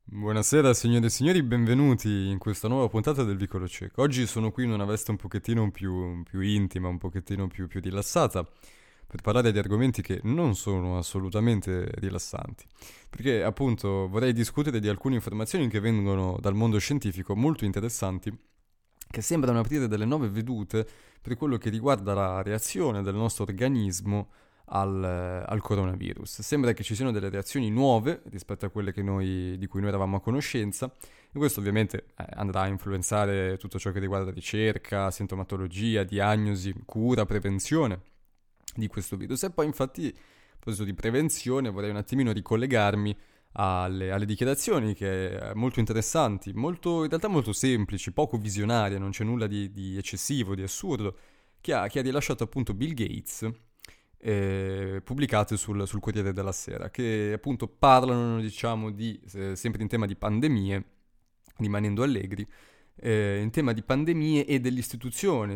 Buonasera signore e signori, benvenuti in questa nuova puntata del Vicolo Cieco. Oggi sono qui in una veste un pochettino più intima, un pochettino più rilassata, per parlare di argomenti che non sono assolutamente rilassanti. Perché appunto vorrei discutere di alcune informazioni che vengono dal mondo scientifico molto interessanti, che sembrano aprire delle nuove vedute per quello che riguarda la reazione del nostro organismo al coronavirus. Sembra che ci siano delle reazioni nuove rispetto a quelle di cui noi eravamo a conoscenza, e questo ovviamente andrà a influenzare tutto ciò che riguarda ricerca, sintomatologia, diagnosi, cura, prevenzione di questo virus. E poi infatti, a proposito di prevenzione, vorrei un attimino ricollegarmi alle dichiarazioni che molto interessanti, in realtà molto semplici, poco visionarie, non c'è nulla di eccessivo, di assurdo, che ha rilasciato appunto Bill Gates, pubblicate sul Corriere della Sera, che appunto parlano, diciamo, sempre in tema di pandemie, rimanendo allegri, in tema di pandemie e dell'istituzione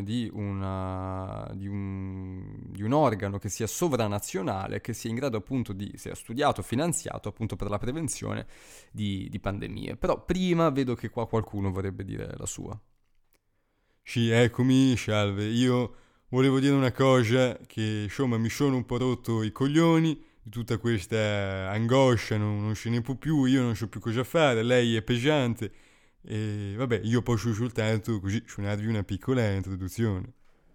di un organo che sia sovranazionale, che sia in grado appunto sia studiato, finanziato appunto per la prevenzione di pandemie. Però prima vedo che qua qualcuno vorrebbe dire la sua. Sì, eccomi, salve. Io volevo dire una cosa che, insomma, mi sono un po' rotto i coglioni di tutta questa angoscia, non ce ne può più, io non so più cosa fare, lei è pesante e vabbè, io posso soltanto così suonarvi una piccola introduzione.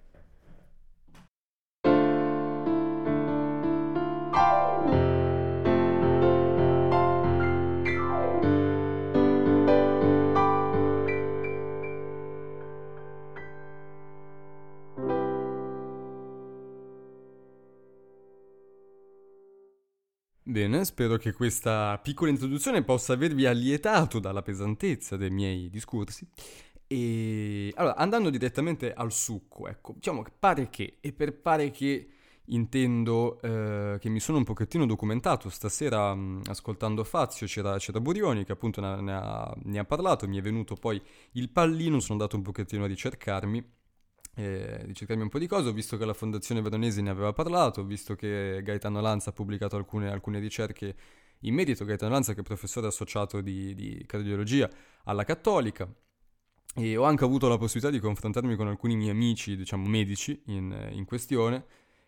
Bene, spero che questa piccola introduzione possa avervi allietato dalla pesantezza dei miei discorsi. E allora, andando direttamente al succo, ecco, diciamo che pare che, e per pare che intendo che mi sono un pochettino documentato stasera, ascoltando Fazio, c'era Burioni che appunto ne ha parlato, mi è venuto poi il pallino, sono andato un pochettino a ricercarmi un po' di cose, ho visto che la Fondazione Veronesi ne aveva parlato, ho visto che Gaetano Lanza ha pubblicato alcune ricerche in merito, Gaetano Lanza che è professore associato di cardiologia alla Cattolica, e ho anche avuto la possibilità di confrontarmi con alcuni miei amici, diciamo medici, in questione.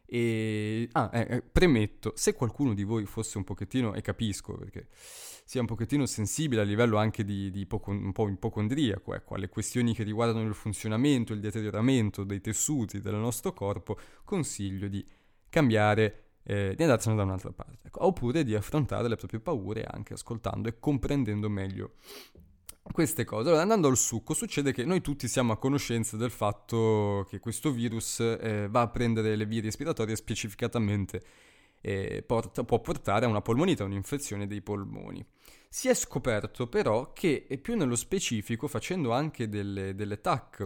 Premetto, se qualcuno di voi fosse un pochettino, e capisco perché sia un pochettino sensibile a livello anche un po' ipocondriaco, ecco, alle questioni che riguardano il funzionamento, il deterioramento dei tessuti del nostro corpo, consiglio di cambiare, di andarsene da un'altra parte, ecco, oppure di affrontare le proprie paure anche ascoltando e comprendendo meglio queste cose. Allora, andando al succo, succede che noi tutti siamo a conoscenza del fatto che questo virus va a prendere le vie respiratorie, specificatamente può portare a una polmonite, a un'infezione dei polmoni. Si è scoperto però che, e più nello specifico, facendo anche delle TAC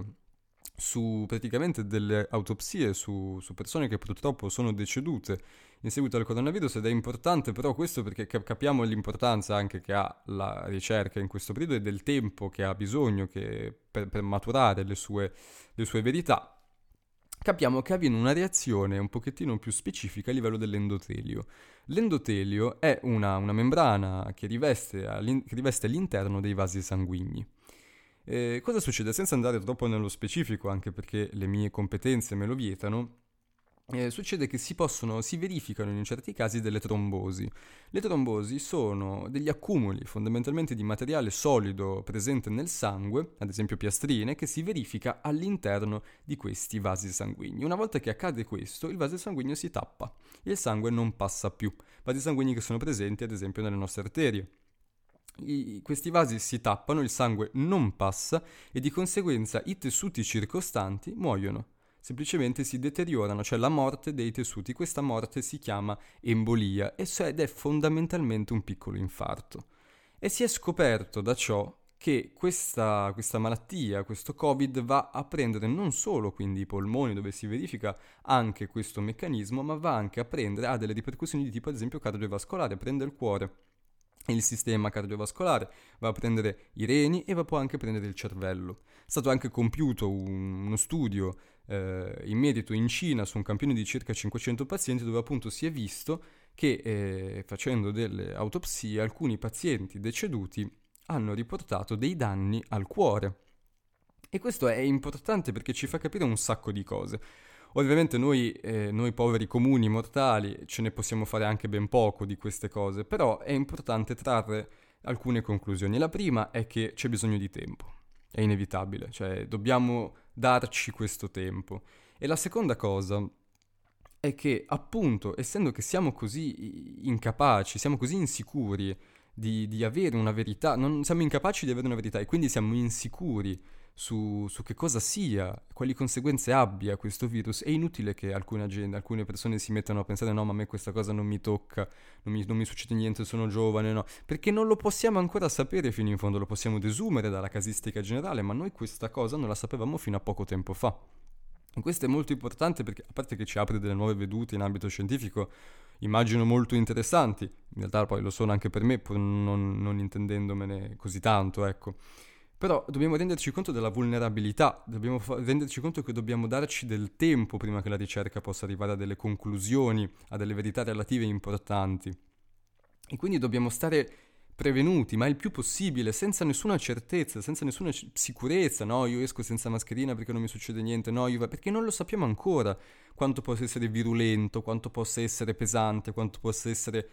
su praticamente delle autopsie su persone che purtroppo sono decedute in seguito al coronavirus, ed è importante però questo perché capiamo l'importanza anche che ha la ricerca in questo periodo e del tempo che ha bisogno per maturare le sue verità. Capiamo che avviene una reazione un pochettino più specifica a livello dell'endotelio. L'endotelio è una membrana che riveste all'interno dei vasi sanguigni. Cosa succede? Senza andare troppo nello specifico, anche perché le mie competenze me lo vietano, succede che si verificano in certi casi delle trombosi. Le trombosi sono degli accumuli fondamentalmente di materiale solido presente nel sangue, ad esempio piastrine, che si verifica all'interno di questi vasi sanguigni. Una volta che accade questo, il vaso sanguigno si tappa e il sangue non passa più. Vasi sanguigni che sono presenti ad esempio nelle nostre arterie. Questi vasi si tappano, il sangue non passa e di conseguenza i tessuti circostanti muoiono. Semplicemente si deteriorano, cioè la morte dei tessuti. Questa morte si chiama embolia ed è fondamentalmente un piccolo infarto. E si è scoperto da ciò che questa malattia, questo Covid, va a prendere non solo quindi i polmoni, dove si verifica anche questo meccanismo, ma va anche a prendere, ha delle ripercussioni di tipo ad esempio cardiovascolare, prende il cuore, il sistema cardiovascolare, va a prendere i reni e va poi anche a prendere il cervello. È stato anche compiuto uno studio in merito in Cina su un campione di circa 500 pazienti, dove appunto si è visto che facendo delle autopsie alcuni pazienti deceduti hanno riportato dei danni al cuore. E questo è importante perché ci fa capire un sacco di cose. Ovviamente noi poveri comuni mortali ce ne possiamo fare anche ben poco di queste cose, però è importante trarre alcune conclusioni. La prima è che c'è bisogno di tempo, è inevitabile, cioè dobbiamo darci questo tempo. E la seconda cosa è che appunto, essendo che siamo così incapaci, siamo così insicuri di avere una verità, non siamo incapaci di avere una verità e quindi siamo insicuri su che cosa sia, quali conseguenze abbia questo virus, è inutile che alcune persone si mettano a pensare no, ma a me questa cosa non mi tocca, non mi succede niente, sono giovane, no, perché non lo possiamo ancora sapere fino in fondo, lo possiamo desumere dalla casistica generale, ma noi questa cosa non la sapevamo fino a poco tempo fa. E questo è molto importante perché, a parte che ci apre delle nuove vedute in ambito scientifico, immagino molto interessanti, in realtà poi lo sono anche per me, pur non intendendomene così tanto, ecco. Però dobbiamo renderci conto della vulnerabilità, dobbiamo renderci conto che dobbiamo darci del tempo prima che la ricerca possa arrivare a delle conclusioni, a delle verità relative importanti. E quindi dobbiamo stare prevenuti, ma il più possibile, senza nessuna certezza, senza nessuna sicurezza. No, io esco senza mascherina perché non mi succede niente, no, perché non lo sappiamo ancora quanto possa essere virulento, quanto possa essere pesante, quanto possa essere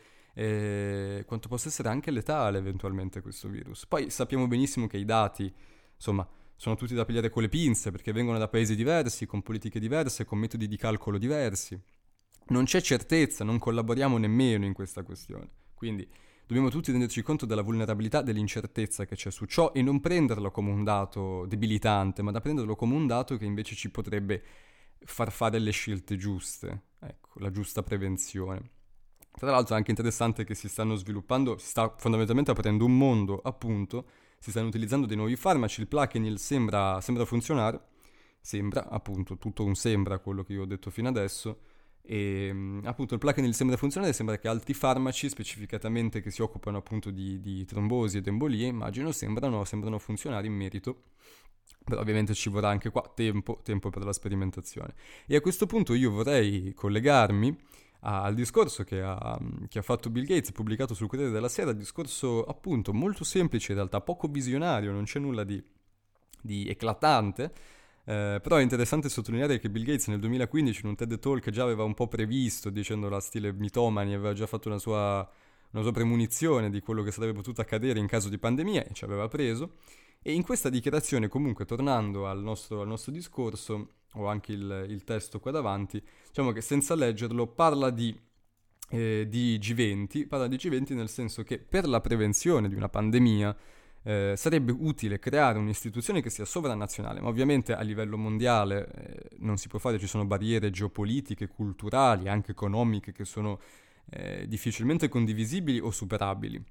anche letale eventualmente questo virus. Poi sappiamo benissimo che i dati, insomma, sono tutti da pigliare con le pinze perché vengono da paesi diversi, con politiche diverse, con metodi di calcolo diversi. Non c'è certezza, non collaboriamo nemmeno in questa questione. Quindi dobbiamo tutti renderci conto della vulnerabilità, dell'incertezza che c'è su ciò e non prenderlo come un dato debilitante, ma da prenderlo come un dato che invece ci potrebbe far fare le scelte giuste, ecco, la giusta prevenzione. Tra l'altro è anche interessante che si stanno sviluppando, si sta fondamentalmente aprendo un mondo, appunto, si stanno utilizzando dei nuovi farmaci, il Plaquenil sembra funzionare, sembra, appunto, tutto un sembra quello che io ho detto fino adesso, e appunto il Plaquenil sembra funzionare, sembra che altri farmaci, specificatamente che si occupano appunto di trombosi ed embolie, immagino, sembrano funzionare in merito. Però ovviamente ci vorrà anche qua tempo per la sperimentazione. E a questo punto io vorrei collegarmi al discorso che ha fatto Bill Gates, pubblicato sul Corriere della Sera, discorso appunto molto semplice, in realtà poco visionario, non c'è nulla di eclatante, però è interessante sottolineare che Bill Gates nel 2015 in un TED Talk già aveva un po' previsto, dicendola a stile mitomani, aveva già fatto una sua premonizione di quello che sarebbe potuto accadere in caso di pandemia e ci aveva preso. E in questa dichiarazione, comunque, tornando al nostro discorso, ho anche il testo qua davanti, diciamo che senza leggerlo parla di G20 nel senso che per la prevenzione di una pandemia sarebbe utile creare un'istituzione che sia sovranazionale, ma ovviamente a livello mondiale non si può fare, ci sono barriere geopolitiche, culturali, anche economiche che sono difficilmente condivisibili o superabili.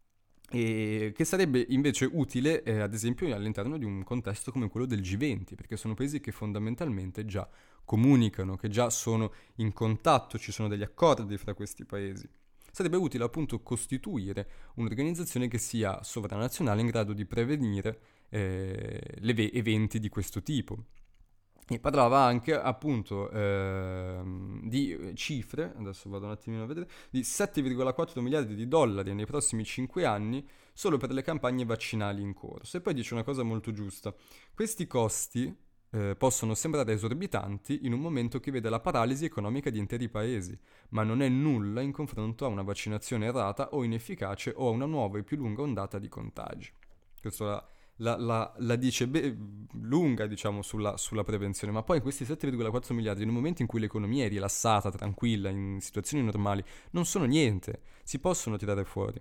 E che sarebbe invece utile, ad esempio, all'interno di un contesto come quello del G20, perché sono paesi che fondamentalmente già comunicano, che già sono in contatto, ci sono degli accordi fra questi paesi. Sarebbe utile appunto costituire un'organizzazione che sia sovranazionale in grado di prevenire eventi di questo tipo. E parlava anche appunto di cifre, adesso vado un attimino a vedere, di 7,4 miliardi di dollari nei prossimi 5 anni solo per le campagne vaccinali in corso. E poi dice una cosa molto giusta, questi costi possono sembrare esorbitanti in un momento che vede la paralisi economica di interi paesi, ma non è nulla in confronto a una vaccinazione errata o inefficace o a una nuova e più lunga ondata di contagi. Questo la dice lunga, diciamo, sulla prevenzione, ma poi questi 7,4 miliardi in un momento in cui l'economia è rilassata, tranquilla, in situazioni normali, non sono niente, si possono tirare fuori.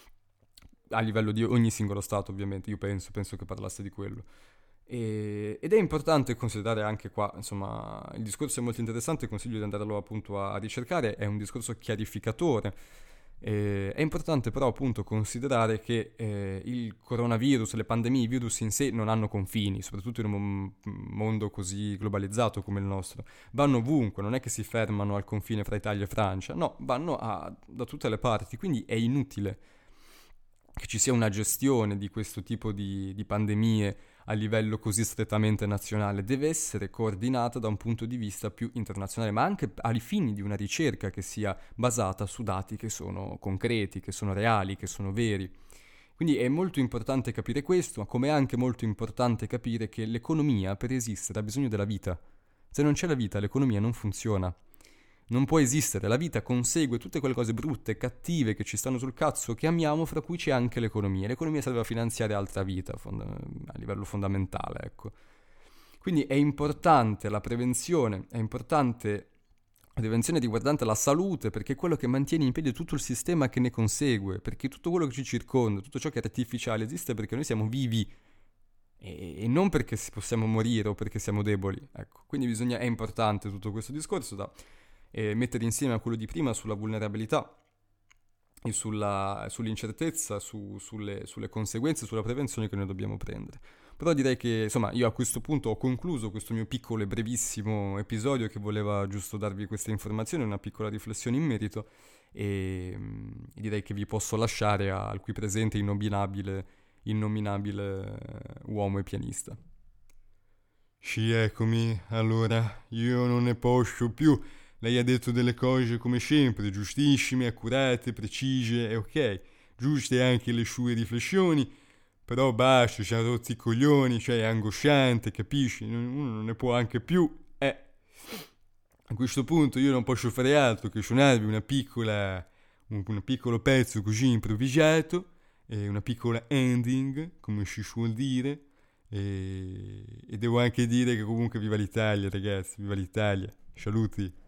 A livello di ogni singolo stato, ovviamente, io penso che parlasse di quello. Ed è importante considerare anche qua, insomma, il discorso è molto interessante, consiglio di andarlo appunto a ricercare, è un discorso chiarificatore. È importante però appunto considerare che il coronavirus, le pandemie, i virus in sé non hanno confini, soprattutto in un mondo così globalizzato come il nostro. Vanno ovunque, non è che si fermano al confine fra Italia e Francia, no, vanno da tutte le parti, quindi è inutile che ci sia una gestione di questo tipo di pandemie a livello così strettamente nazionale, deve essere coordinata da un punto di vista più internazionale, ma anche ai fini di una ricerca che sia basata su dati che sono concreti, che sono reali, che sono veri. Quindi è molto importante capire questo, ma come è anche molto importante capire che l'economia per esistere ha bisogno della vita. Se non c'è la vita, l'economia non funziona. Non può esistere, la vita consegue tutte quelle cose brutte, cattive che ci stanno sul cazzo, che amiamo, fra cui c'è anche l'economia. L'economia serve a finanziare altra vita, a livello fondamentale, ecco. Quindi è importante la prevenzione, è importante la prevenzione riguardante la salute, perché è quello che mantiene in piedi tutto il sistema che ne consegue, perché tutto quello che ci circonda, tutto ciò che è artificiale esiste perché noi siamo vivi e non perché possiamo morire o perché siamo deboli, ecco. Quindi è importante tutto questo discorso da mettere insieme a quello di prima sulla vulnerabilità e sull'incertezza, sulle conseguenze, sulla prevenzione che noi dobbiamo prendere. Però direi che, insomma, io a questo punto ho concluso questo mio piccolo e brevissimo episodio che voleva giusto darvi queste informazioni, una piccola riflessione in merito e direi che vi posso lasciare al qui presente innominabile uomo e pianista. Sì, eccomi, allora, io non ne posso più. Lei ha detto delle cose come sempre, giustissime, accurate, precise e ok, giuste anche le sue riflessioni, però basta, ci hanno rotti i coglioni, cioè è angosciante, capisci? Uno non ne può anche più. A questo punto io non posso fare altro che suonarvi un piccolo pezzo così improvvisato, una piccola ending, come si suol dire, e devo anche dire che comunque viva l'Italia, ragazzi, viva l'Italia, saluti.